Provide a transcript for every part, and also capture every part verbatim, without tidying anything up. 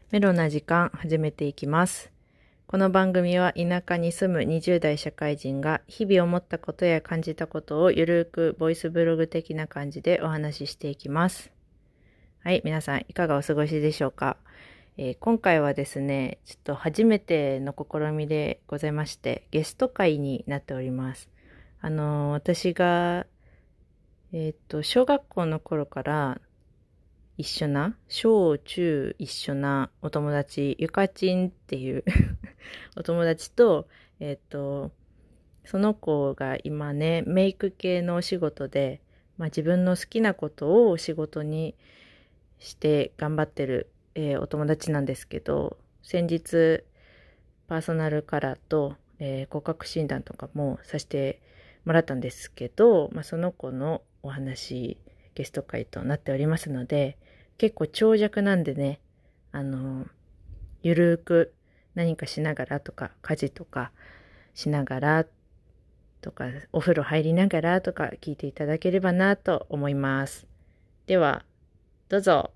メロな時間始めていきます。この番組は田舎に住むにじゅう代社会人が日々思ったことや感じたことをゆるくボイスブログ的な感じでお話ししていきます。はい、皆さんいかがお過ごしでしょうか。えー今回はですね、ちょっと初めての試みでございまして、ゲスト会になっております。あのー私が、えっと、小学校の頃から一緒な、小中一緒なお友達、ゆかちんっていうお友達と、えっと、その子が今ね、メイク系のお仕事で、まあ自分の好きなことを仕事にして頑張ってる、えーお友達なんですけど、先日、パーソナルカラーと、えー骨格診断とかもさせてもらったんですけど、まあ、その子のお話、ゲスト会となっておりますので、結構長尺なんでね、あの、ゆるーく何かしながらとか、家事とかしながらとか、お風呂入りながらとか聞いていただければなと思います。では、どうぞ。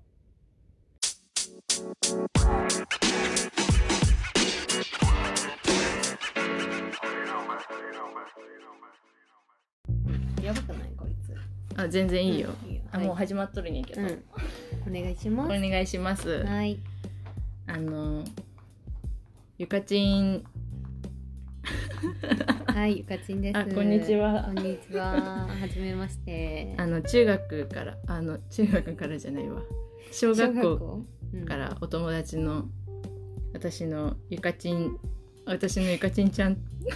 やばくないこいつ。 あ、全然いいよ。 うんいいよあ、 はいもう始まっとるんやけど。 うん。お願いしまおす。 願いします。 はい。 あの、ゆかちん、 はい、ゆかちんです。 あこんにちはこんにちは。はじめまして。 あの、中学から、あの、中学からじゃないわ。小学校うんからお友達の、私のゆかちん、私のゆかちんちゃん、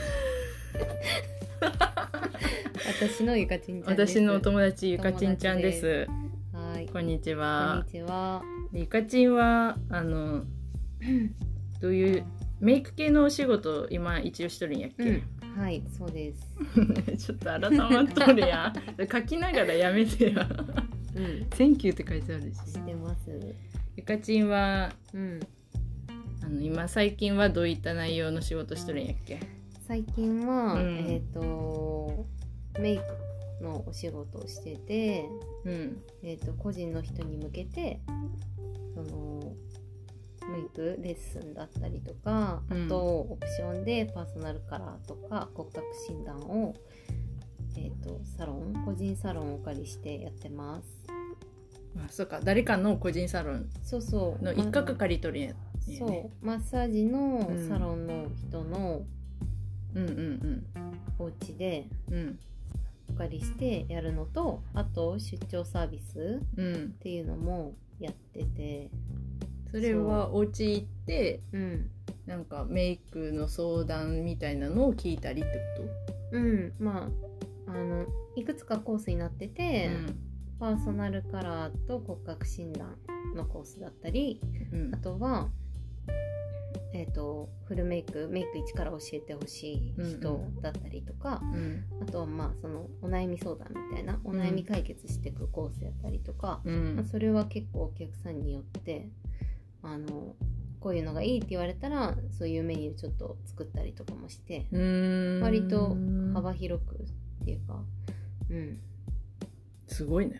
私のゆかちんちゃんです。 私のお友達ゆかちんちゃんです。 はい。 こんにちこんはに。ちは。 でゆかちんは、あの、どういう、メイク系のお仕事、今一応しとるんやっけ、 うん。はい、そうです。 ちょっと改まっとるやん。書きながらやめてよ。 うん。 センキューって書いてあるし。 してます。 ゆかちんは、 うん。 あの今最近はどういった内容の仕事しとるんやっけ。 最近は、 うんえっ、とメイクのお仕事をしてて、 うんえー、と個人の人に向けてそのメイクレッスンだったりとか、 うんあとオプションでパーソナルカラーとか骨格診断を、えー、とサロン個人サロンをお借りしてやってます。 あ、そうか、誰かの個人サロンそうそうの一角借り取るんや、 まそうね。 マッサージのサロンの人のうんうんお家でうんうんお借りしてやるのと、あと出張サービスうん。 っていうのもやってて、 それはお家行ってうんなんかメイクの相談みたいなのを聞いたりってこうんまああのいくつかコースになってと？ て、パーソナルカラーと骨格診断のコースだったり、 うんうんあとはえー、とフルメイクメイク一から教えてほしい人だったりとか、 うんあとはまあそのお悩み相談みたいなお悩み解決していくコースやったりとか、 うんまあ、それは結構お客さんによってあのこういうのがいいって言われたらそういうメニューちょっと作ったりとかもして、 うーん割と幅広くっていうか、うんすごいね。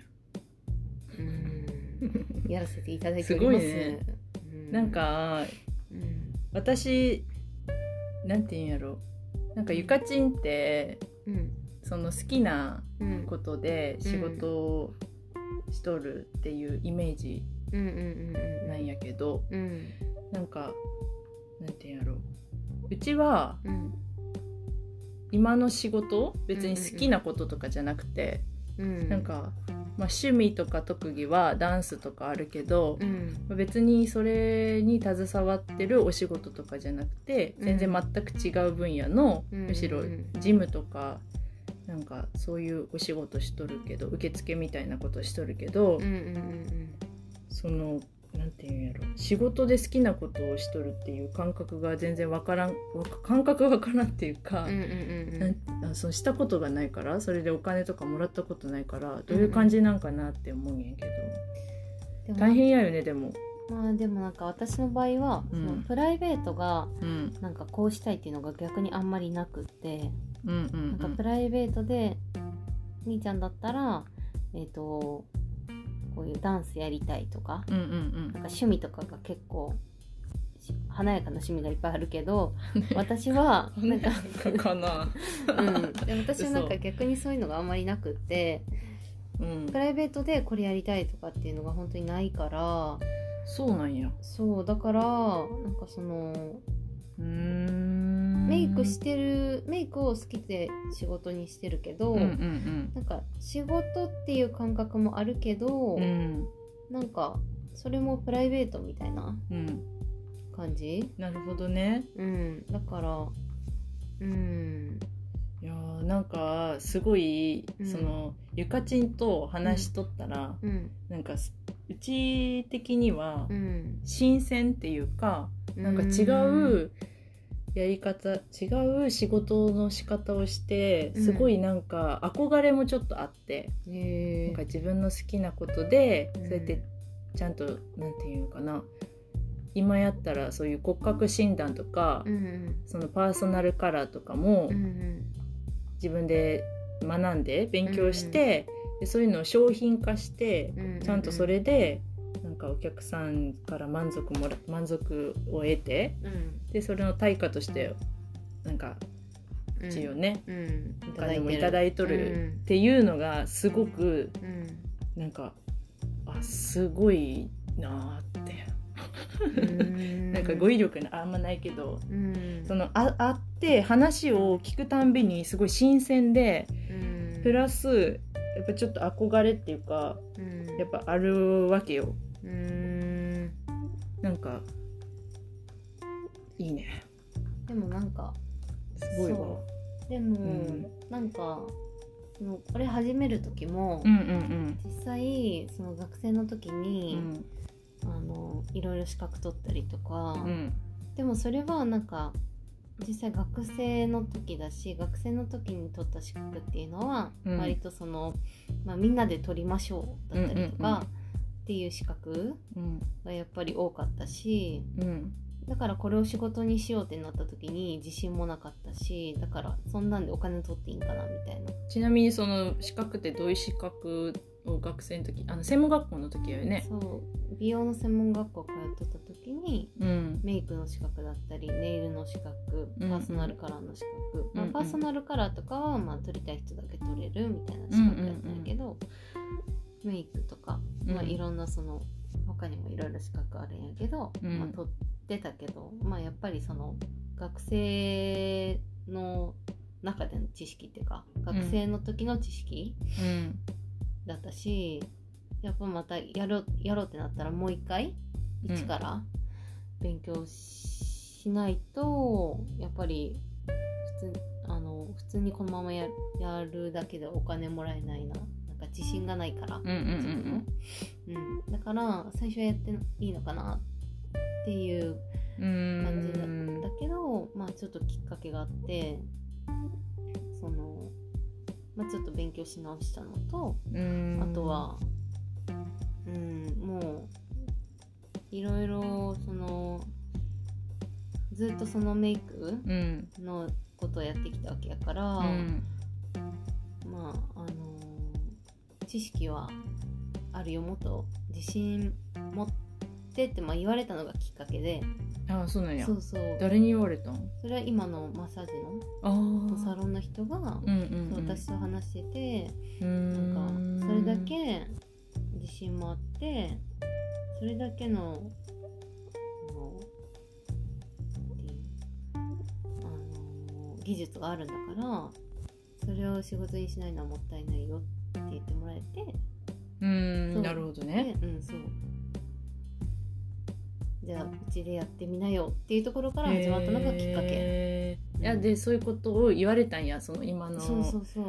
うんやらせていただいております。 すごいねうん、 なんかうん私なんて言うんやろ、なんかゆかちんってうんその好きなうんことで仕事をしとるっていうイメージうんうんうんうんなんやけど、 うんなんかなんて言うんやろ、うちはうん今の仕事別に好きなこととかじゃなくて、 うんなんか、まあ、趣味とか特技はダンスとかあるけど、 うん別にそれに携わってるお仕事とかじゃなくて全然全く違う分野の、 うんむしろうんジムとかなんかそういうお仕事しとるけど、受付みたいなことしとるけど、 うんうんうんそのなんていうんやろ、仕事で好きなことをしとるっていう感覚が全然わからん、わか感覚がわからんっていうか、 うんうんうんなんあそうしたことがないから、それでお金とかもらったことないからどういう感じなんかなって思うんやけど、 でも大変やよね。でもまあでもなんか私の場合は、 うんそのプライベートがうんなんかこうしたいっていうのが逆にあんまりなくって、 うんうんなんかプライベートで兄ちゃんだったらえっ、とこういうダンスやりたいとか、 うんうんうんなんか趣味とかが結構華やかな趣味がいっぱいあるけど私はなんかかな、 うん、で私はなんか逆にそういうのがあんまりなくって、うん、プライベートでこれやりたいとかっていうのが本当にないから。 そうなんや。 そうだからなんかそのうーんメイクしてるメイクを好きで仕事にしてるけど、うんうんうん、なんか仕事っていう感覚もあるけど、うん、なんかそれもプライベートみたいな感じ、 うん、なるほどね、 うん、だからうんいやなんかすごい、うん、そのゆかちんと話しとったら、うん、なんかうち的には新鮮っていうか、うん、なんか違うやり方、違う仕事の仕方をしてすごいなんか憧れもちょっとあって、うん、なんか自分の好きなことでそうやってちゃんとなんていうのかな、今やったらそういう骨格診断とか、うん、そのパーソナルカラーとかも自分で学んで勉強して、うん、でそういうのを商品化して、うんうんうん、ちゃんとそれでなんかお客さんから満足もら満足を得て、うん、でそれの対価としてなんか一応ね、うんうん、お金もいただいとるっていうのがすごく、うん、なんかあすごいなってなんか語彙力あんまないけど、うん、そのあ会って話を聞くたんびにすごい新鮮で、うん、プラスやっぱちょっと憧れっていうか、うん、やっぱあるわけよ。うーんなんかいいね。 でもなんかすごいわ。 でも、うん、なんかそのこれ始める時も、うんうんうん、実際その学生の時に、うん、あのいろいろ資格取ったりとか、うん、でもそれはなんか実際学生の時だし、学生の時に取った資格っていうのは、うん、割とその、まあ、みんなで取りましょうだったりとか、うんうんうん、っていう資格がやっぱり多かったし、うん、だからこれを仕事にしようってなった時に自信もなかったし、だからそんなんでお金取っていいんかなみたいな。 ちなみにその資格ってどういう資格を学生の時、あの専門学校の時よね。 そう美容の専門学校通っとった時に、うん、メイクの資格だったりネイルの資格、パーソナルカラーの資格、うんうん、まあ、パーソナルカラーとかはまあ取りたい人だけ取れるみたいな資格やったんだけど、うんうんうん、メイクとか、まあ、いろんなその他にもいろいろ資格あるんやけど、うんまあ、取ってたけど、まあ、やっぱりその学生の中での知識っていうか学生の時の知識、うんだったし、やっぱまたやろう、やろうってなったらもう一回一から勉強しないと、うん、やっぱり普通、あの普通にこのまま や, やるだけでお金もらえないな、なんか自信がないから、うんうんうんうん、だから最初はやっていいのかなっていう感じだったけど、まあちょっときっかけがあって、そのまあ、ちょっと勉強し直したのと、うんあとは、うん、もういろいろそのずっとそのメイクのことをやってきたわけやから、うん、まああのー、知識はあるよ、もっと自信持ってって、まあ、言われたのがきっかけで。 ああそうなんや。 そうそう。 誰に言われたん？ それは今のマッサージのサロンの人が、うんうんうん、そう私と話してて、なんかそれだけ自信もあって、それだけのあのあの技術があるんだから、それを仕事にしないのはもったいないよって言ってもらえて、 うーんなるほどね。 うんそう。じゃあうちでやってみなよっていうところから始まったのがきっかけ、 うん、いやでそういうことを言われたんや、その今の。 そうそうそう、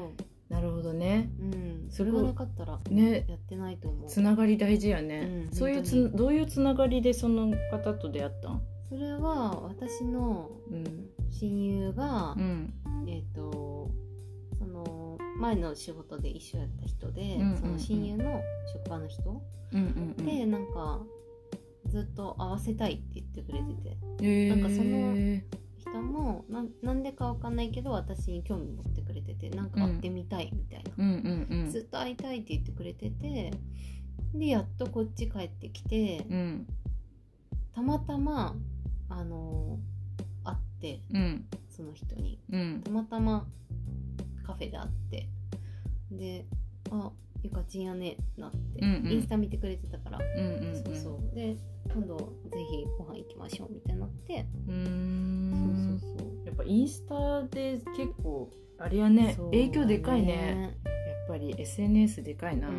なるほどね、 うん、それがなかったら、 ね、 やってないと思う。 つながり大事やね、うん、そういうつどういうつながりでその方と出会ったん？ それは私の親友が、うん、えっ、ー、とその前の仕事で一緒やった人で、うんうんうん、その親友の職場の人、うんうんうん、でなんかずっと会わせたいって言ってくれてて、えー、なんかその人も な, なんでかわかんないけど私に興味持ってくれてて、なんか会ってみたいみたいな、うんうんうん、ずっと会いたいって言ってくれてて、でやっとこっち帰ってきて、うん、たまたまあの会って、 うん、 その人に、 うん、 たまたまカフェで会って、で、あ、ゆかちんやねなって、うんうん、インスタ見てくれてたから、うんうんうん、そうそうで今度ぜひご飯行きましょうみたいになって、うーん、そうそうそう、やっぱインスタで結構あれやね、影響でかいね。やっぱり エスエヌエス でかいな。うん、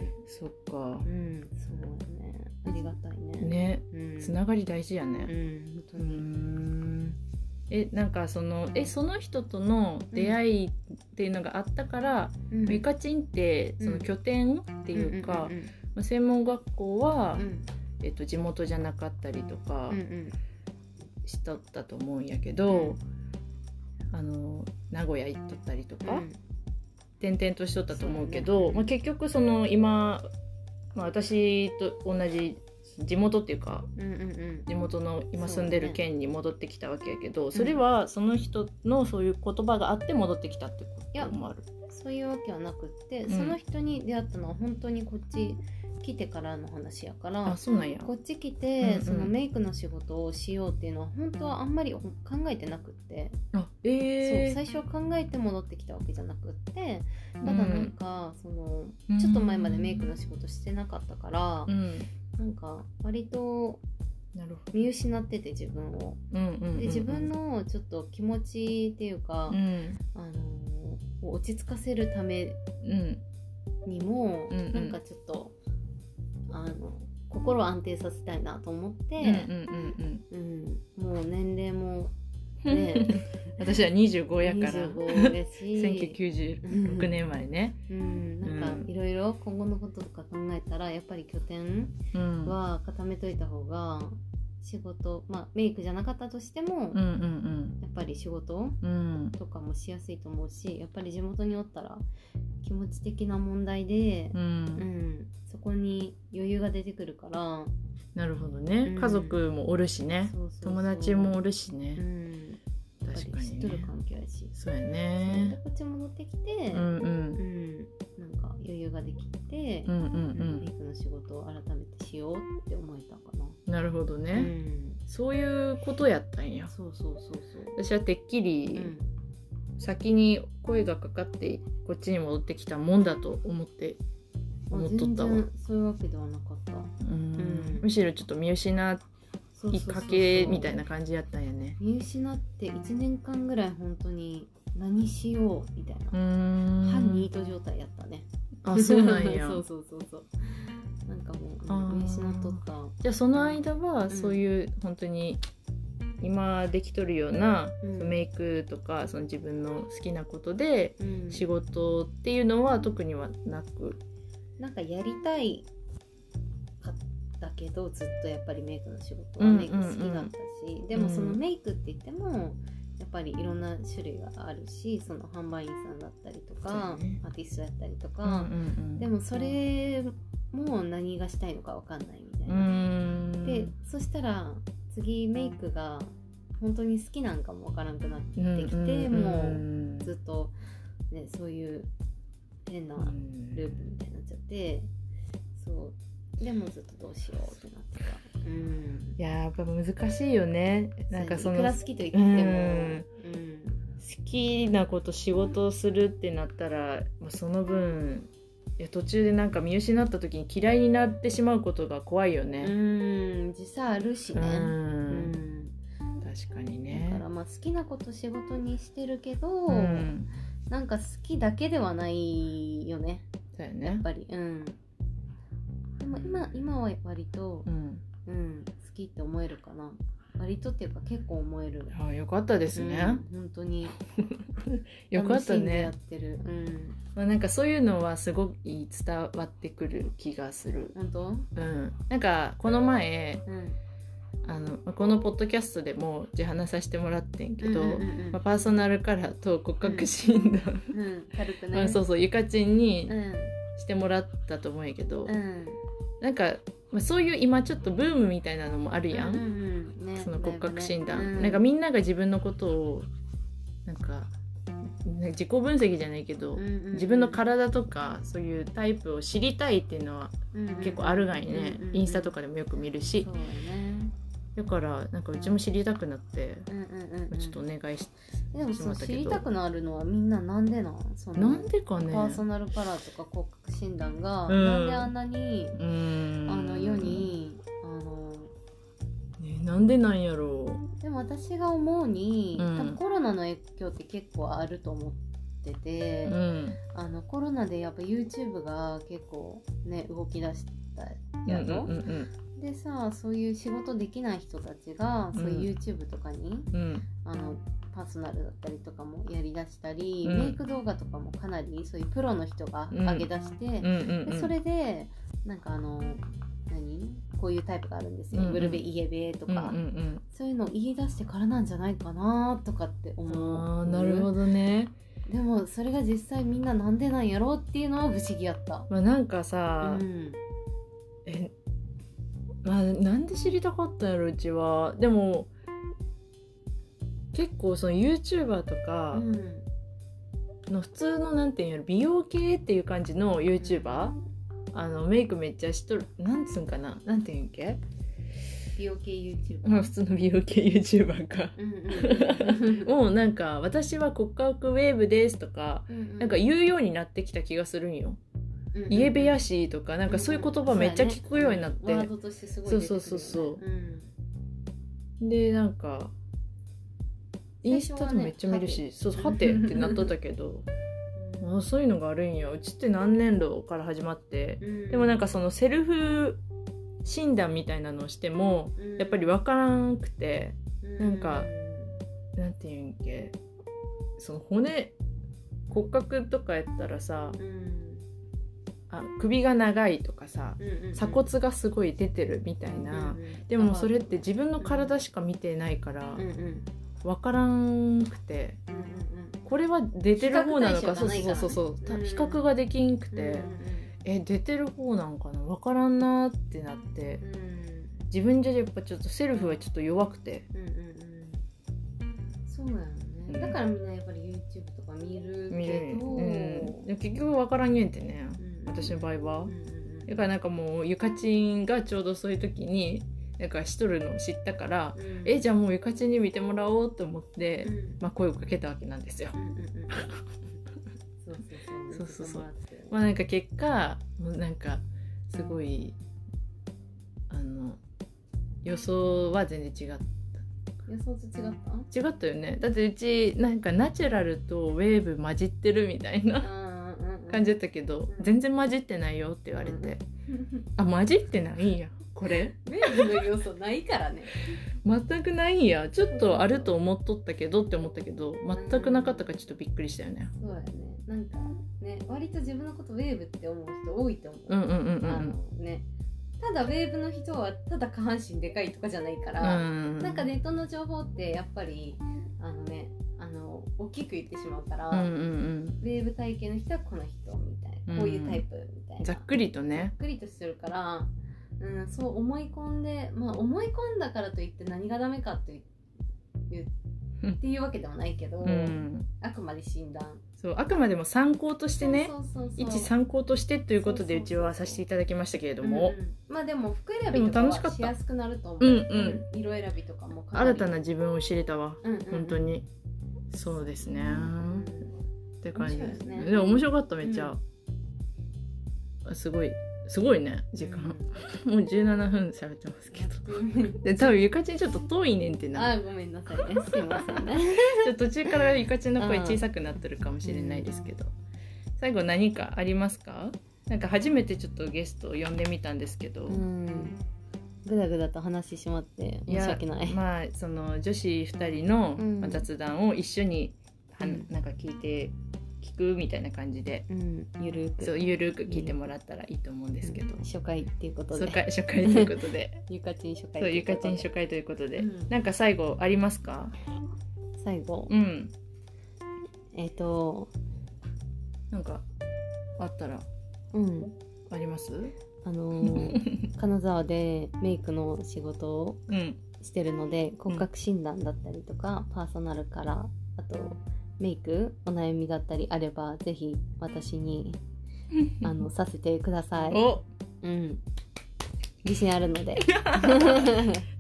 そっか。うん、 そうだね。ありがたいね。 ね、うん、つながり大事やね。うん、本当に。うーん、え、なんかそのえその人との出会いっていうのがあったから、うん、ゆかちんってその拠点っていうか、まあ、専門学校は、うん、えっと、地元じゃなかったりとかしとったと思うんやけど、うん、あの名古屋行っとったりとか、うん、転々としとったと思うけど、ね、まあ、結局その今、まあ、私と同じ地元っていうか、うんうんうん、地元の今住んでる県に戻ってきたわけやけど、 そ,、ね、それはその人のそういう言葉があって戻ってきたってこともある？ そういうわけはなくって、うん、その人に出会ったのは本当にこっち来てからの話やから、 あ、そうなんや。 こっち来て、うんうん、そのメイクの仕事をしようっていうのは本当はあんまり考えてなくって、あ、えー、そう最初は考えて戻ってきたわけじゃなくって、ただなんか、うん、そのちょっと前までメイクの仕事してなかったから、うん、なんか割と見失ってて自分を、うんうんうんうん、で自分のちょっと気持ちっていうか、うん、あの落ち着かせるためにも、うんうん、なんかちょっとあの心を安定させたいなと思って、うんうんうんうん、もう年齢もね私はにじゅうごやからにじゅうごですしせんきゅうひゃくきゅうじゅうろくねん生まれね、 うん、なんかいろいろ今後のこととか考えたらやっぱり拠点は固めといた方が仕事、まあメイクじゃなかったとしても、うんうんうん、やっぱり仕事とかもしやすいと思うし、やっぱり地元におったら気持ち的な問題で、うんうん、そこに余裕が出てくるから。 なるほどね、うん、家族もおるしね、そうそうそう、友達もおるしね、うん、 確かにね、知っとる環境やし、 そうやね。 でこっち戻ってきて、うんうんうん、なんか余裕ができて、うんうんうん、メイクの仕事を改めてしようって思えたかな。 なるほどね、うん、そういうことやったんや。 そうそうそうそう。 私はてっきり、うん、先に声がかかってこっちに戻ってきたもんだと思って思っとったわ。全然そういうわけではなかった、うんうん、 むしろちょっと見失いかけみたいな感じやったんやね。 見失っていちねんかんぐらい本当に何しようみたいな半ニート状態やったね。 あ、そうなんやそうそうそうそう、なんかもう見失っとった。 じゃあその間はそういう、うん、本当に今できとるような、うん、メイクとかその自分の好きなことで仕事っていうのは特にはなく、 なんかやりたいかったけどずっとやっぱりメイクの仕事はね、うんうんうん、好きだったし、でもそのメイクって言ってもやっぱりいろんな種類があるし、その販売員さんだったりとか、ね、アーティストだったりとか、うんうんうん、でもそれも何がしたいのか分かんないみたいな。うーんでそしたら次メイクが本当に好きなんかも分からなくなってきて、うんうんうん、もうずっと、ね、そういう変なループみたいになっちゃって、そうでもずっとどうしようってなってた、うん、 いややっぱ難しいよね。なんかそのいくら好きと言っても、うんうん、 好きなこと仕事をするってなったらその分いや途中でなんか見失った時に嫌いになってしまうことが怖いよね。 うん、実際あるしね、うん、うん、 確かにね。 だからまあ好きなこと仕事にしてるけど、うん、なんか好きだけではないよね。 だよね、 やっぱり、うん、でも今、今は割と、うんうん、好きって思えるかな。割とっていうか結構思える。 あ、よかったですね、うん、 本当によかったね。 やってる、うん、 まあ、なんかそういうのはすごく伝わってくる気がする。 本当？ うん、なんかこの前、うん、あのこのポッドキャストでもじゃ話させてもらってんけど、うんうんうんうん、まあ、パーソナルカラーと骨格診断、 うんうん、軽くね、 まあ、そうそうゆかちんにしてもらったと思うんやけど、うん、なんかまあ、そういう今ちょっとブームみたいなのもあるやん、うんうんね、その骨格診断、ね、うん、なんかみんなが自分のことをなんか自己分析じゃないけど、うんうんうん、自分の体とかそういうタイプを知りたいっていうのは結構あるがいね、うんうんうん、インスタとかでもよく見るし、 そうね、 だからなんかうちも知りたくなって、 うんうんうんうん、 ちょっとお願いしでもそう知りたくなるのはみんななんでなんそのなんでかねパーソナルカラーとか骨格診断が、うん、なんであんなにうんあの世にあの、 ね、なんでなんやろうでも私が思うに、うん、多分コロナの影響って結構あると思ってて、うん、あのコロナでやっぱ YouTube が結構ね動き出したやろ、うんうんうんうんでさそういう仕事できない人たちが、うん、そういう YouTube とかに、うん、あのパーソナルだったりとかもやりだしたり、うん、メイク動画とかもかなりそういうプロの人が上げ出して、うん、でそれでなんかあの何こういうタイプがあるんですよ、うん、ブルベイエベとか、うんうんうん、そういうのを言い出してからなんじゃないかなとかって思う。 あなるほどね。 でもそれが実際みんななんでなんやろうっていうのは不思議やった。 まあ、なんかさ、うん、えまあ、なんで知りたかったんやろうちは。でも結構その YouTuber とかの普通のなんていうんやろ美容系っていう感じの YouTuber、うん、あのメイクめっちゃしとるなんつうんかななんていうんけ美容系 YouTuber、 まあ、普通の美容系 YouTuber か、うんうん、もうなんか私は骨格ウェーブですとか、うんうん、なんか言うようになってきた気がするんよ。イエベヤシーとかなんかそういう言葉めっちゃ聞くようになって、 うんうん、ワードとしてすごい出てくるよね。 そうそうそうそう、うん、でなんかインスタでもめっちゃ見るし、ね、そうはてってなっとったけどあそういうのがあるんや。うちって何年度から始まって、うん、でもなんかそのセルフ診断みたいなのをしても、うん、やっぱり分からんくて、うん、なんかなんていうんけその骨骨格とかやったらさ、うんあ首が長いとかさ、うんうんうん、鎖骨がすごい出てるみたいな、うんうん、でもそれって自分の体しか見てないから、うんうん、分からんくて、うんうんうん、これは出てる方なのかそうそうそうそう、うんうん、比較ができんくて、うんうん、え出てる方なんかな分からんなってなって、うん、自分じゃやっぱちょっとセルフはちょっと弱くて、うんうんうん、 そうやね、だからみんなやっぱり YouTube とか見るけど、うん、 結局分からんねんってね、うん、私の場合は、うんうん、だからなんかもうゆかちんがちょうどそういう時になんかしとるのを知ったから、うん、えじゃあもうゆかちんに見てもらおうと思って、うんまあ、声をかけたわけなんですよ。そうそうそう。まあなんか結果もうなんかすごいあの予想は全然違った。 予想と違った？ 違ったよね。だってうちなんかナチュラルとウェーブ混じってるみたいな感じだったけど、全然混じってないよって言われて、あ混じってないんやこれウェーブの要素ないからね全くないんや。ちょっとあると思っとったけどって思ったけど全くなかったからちょっとびっくりしたよね。 そうやね。なんかね割と自分のことウェーブって思う人多いと思う。 うんうんうんうん。 あのねただウェーブの人はただ下半身でかいとかじゃないから、うん、なんかネットの情報ってやっぱりあのねあの大きく言ってしまうから、うんうんうん、ウェーブ体型の人はこの人みたいな、うん、こういうタイプみたいなざっくりとねざっくりとしてるから、うん、そう思い込んでまあ思い込んだからといって何がダメかというっていうわけでもないけど、うん、あくまで診断そうあくまでも参考としてね一参考としてということでうちはさせていただきましたけれども、 うんうん、まあでも服選びとかはしやすくなると思う、 うんうん、 色選びとかもかなり新たな自分を知れたわ、うんうんうん、本当にそうですね、うん、って感じですね。でも面白かっためっちゃ、うん、すごいすごいね時間、うん、もうじゅうななふん喋ってますけどで多分ゆかちんちょっと遠いねんってなあごめんなさいねすいませんねちょっと途中からゆかちんの声小さくなってるかもしれないですけど、最後何かありますか？なんか初めてちょっとゲストを呼んでみたんですけど、うんぐだぐだと話してしまって申し訳ない。 いやまあその女子ふたりの雑談を一緒に、うん、なんか聞いて聞くみたいな感じで、うん、ゆるくそうゆるく聞いてもらったらいいと思うんですけど、うん、 初回っていうことで初回初回ということでゆかちん初回そうゆかちん初回ということで、うん、なんか最後ありますか？ 最後うんえっ、ー、となんかあったらうんあります？ あのー、金沢でメイクの仕事をしてるので、うん、骨格診断だったりとか、うん、パーソナルカラーあとメイクお悩みだったりあればぜひ私にあのさせてください。 お、 うん、自信あるので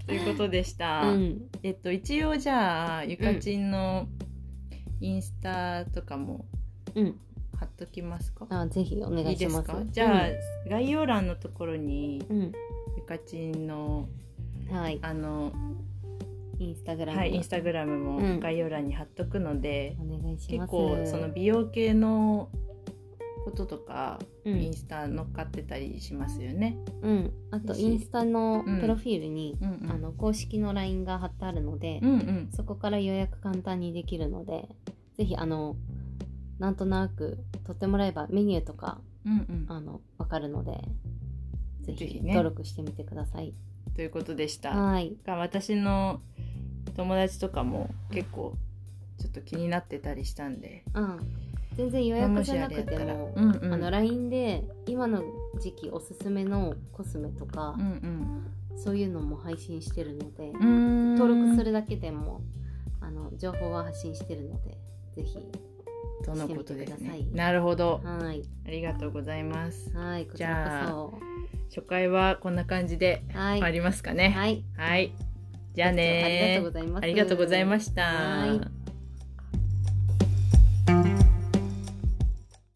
ということでした、 うん、 えっと一応じゃあゆかちんのインスタとかも貼っときますか、 うん、あぜひお願いします。いいですか？ じゃあ、うん、概要欄のところに、 うん、 ゆかちんの、 はい、 あのインスタグラム、 はい、インスタグラムも概要欄に貼っとくので、 うん、お願いします。 結構その美容系のこととか、うん、インスタ載っかってたりしますよね。 うん、あとインスタのプロフィールに、うん、あの公式の ライン が貼ってあるので、うんうん、そこから予約簡単にできるので、ぜひあのなんとなく取ってもらえばメニューとか、うんうん、あの分かるので、ぜひ登録してみてください。 ということでした。 はい。 私の友達とかも結構ちょっと気になってたりしたんで、 うん、全然予約じゃなくても、うんうん、あの ライン で今の時期おすすめのコスメとか、うんうん、そういうのも配信してるので、登録するだけでもあの情報は発信してるので、ぜひとのことですね。なるほど、 はい、 ありがとうございます。 はい、こちらこそ。初回はこんな感じで終わりますかね。 はい、 はい、じゃあね、 ありがとうございます。 ありがとうございました。 はい。